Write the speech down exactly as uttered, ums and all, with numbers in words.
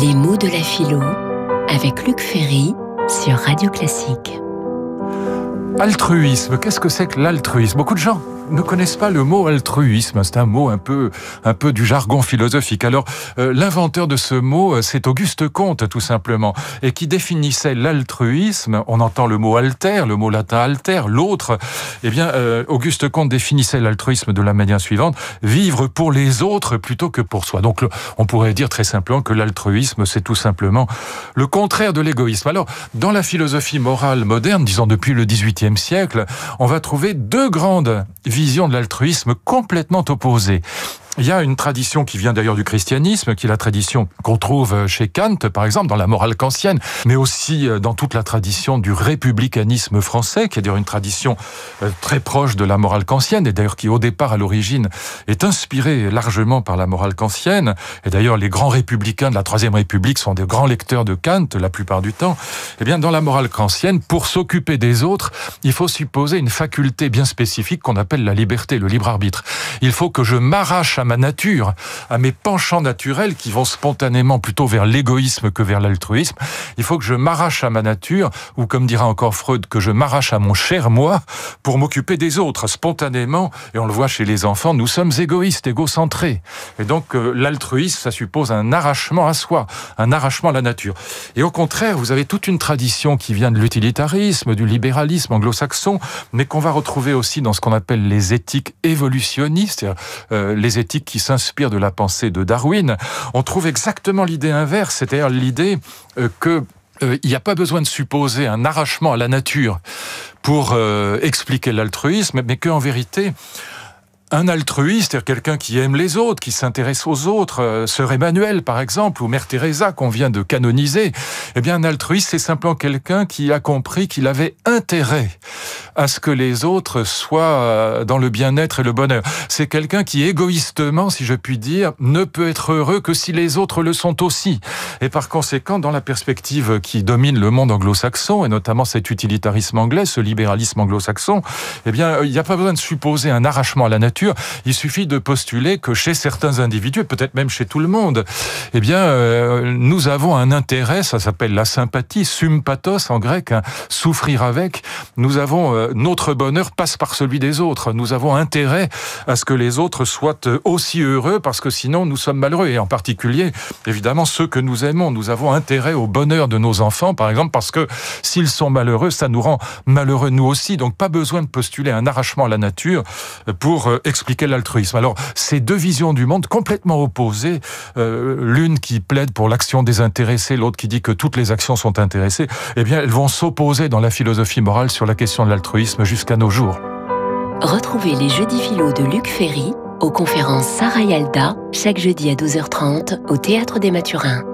Les mots de la philo avec Luc Ferry sur Radio Classique. Altruisme, qu'est-ce que c'est que l'altruisme ? Beaucoup de gens ne connaissent pas le mot altruisme. C'est un mot un peu, un peu du jargon philosophique. Alors, euh, l'inventeur de ce mot, c'est Auguste Comte, tout simplement, et qui définissait l'altruisme. On entend le mot alter, le mot latin alter, l'autre. Eh bien, euh, Auguste Comte définissait l'altruisme de la manière suivante: vivre pour les autres plutôt que pour soi. Donc, le, on pourrait dire très simplement que l'altruisme, c'est tout simplement le contraire de l'égoïsme. Alors, dans la philosophie morale moderne, disons depuis le dix-huitième siècle, on va trouver deux grandes vision de l'altruisme complètement opposée. Il y a une tradition qui vient d'ailleurs du christianisme, qui est la tradition qu'on trouve chez Kant, par exemple, dans la morale kantienne, mais aussi dans toute la tradition du républicanisme français, qui est d'ailleurs une tradition très proche de la morale kantienne, et d'ailleurs qui, au départ, à l'origine, est inspirée largement par la morale kantienne. Et d'ailleurs, les grands républicains de la Troisième République sont des grands lecteurs de Kant, la plupart du temps. Eh bien, dans la morale kantienne, pour s'occuper des autres, il faut supposer une faculté bien spécifique qu'on appelle la liberté, le libre arbitre. Il faut que je m'arrache à ma nature, à mes penchants naturels qui vont spontanément plutôt vers l'égoïsme que vers l'altruisme. Il faut que je m'arrache à ma nature, ou comme dira encore Freud, que je m'arrache à mon cher moi pour m'occuper des autres spontanément. Et on le voit chez les enfants, nous sommes égoïstes, égocentrés. Et donc euh, l'altruisme, ça suppose un arrachement à soi, un arrachement à la nature. Et au contraire, vous avez toute une tradition qui vient de l'utilitarisme, du libéralisme anglo-saxon, mais qu'on va retrouver aussi dans ce qu'on appelle les éthiques évolutionnistes, euh, les éthiques qui s'inspirent de la pensée de Darwin. On trouve exactement l'idée inverse, c'est-à-dire l'idée euh, que euh, il n'y a pas besoin de supposer un arrachement à la nature pour euh, expliquer l'altruisme, mais qu'en vérité, un altruiste, c'est-à-dire quelqu'un qui aime les autres, qui s'intéresse aux autres, euh, Sœur Emmanuel par exemple, ou Mère Teresa qu'on vient de canoniser, eh bien un altruiste, c'est simplement quelqu'un qui a compris qu'il avait intérêt à ce que les autres soient dans le bien-être et le bonheur. C'est quelqu'un qui égoïstement, si je puis dire, ne peut être heureux que si les autres le sont aussi. Et par conséquent, dans la perspective qui domine le monde anglo-saxon, et notamment cet utilitarisme anglais, ce libéralisme anglo-saxon, eh bien il n'y a pas besoin de supposer un arrachement à la nature. Il suffit de postuler que chez certains individus, peut-être même chez tout le monde, eh bien, euh, nous avons un intérêt, ça s'appelle la sympathie, sympathos en grec, hein, souffrir avec. Nous avons, euh, notre bonheur passe par celui des autres. Nous avons intérêt à ce que les autres soient aussi heureux, parce que sinon nous sommes malheureux. Et en particulier, évidemment, ceux que nous aimons. Nous avons intérêt au bonheur de nos enfants, par exemple, parce que s'ils sont malheureux, ça nous rend malheureux nous aussi. Donc pas besoin de postuler un arrachement à la nature pour euh, expliquer l'altruisme. Alors, ces deux visions du monde complètement opposées, euh, l'une qui plaide pour l'action désintéressée, l'autre qui dit que toutes les actions sont intéressées, eh bien, elles vont s'opposer dans la philosophie morale sur la question de l'altruisme jusqu'à nos jours. Retrouvez les jeudis philo de Luc Ferry aux conférences Sarah Yalda, chaque jeudi à douze heures trente au Théâtre des Mathurins.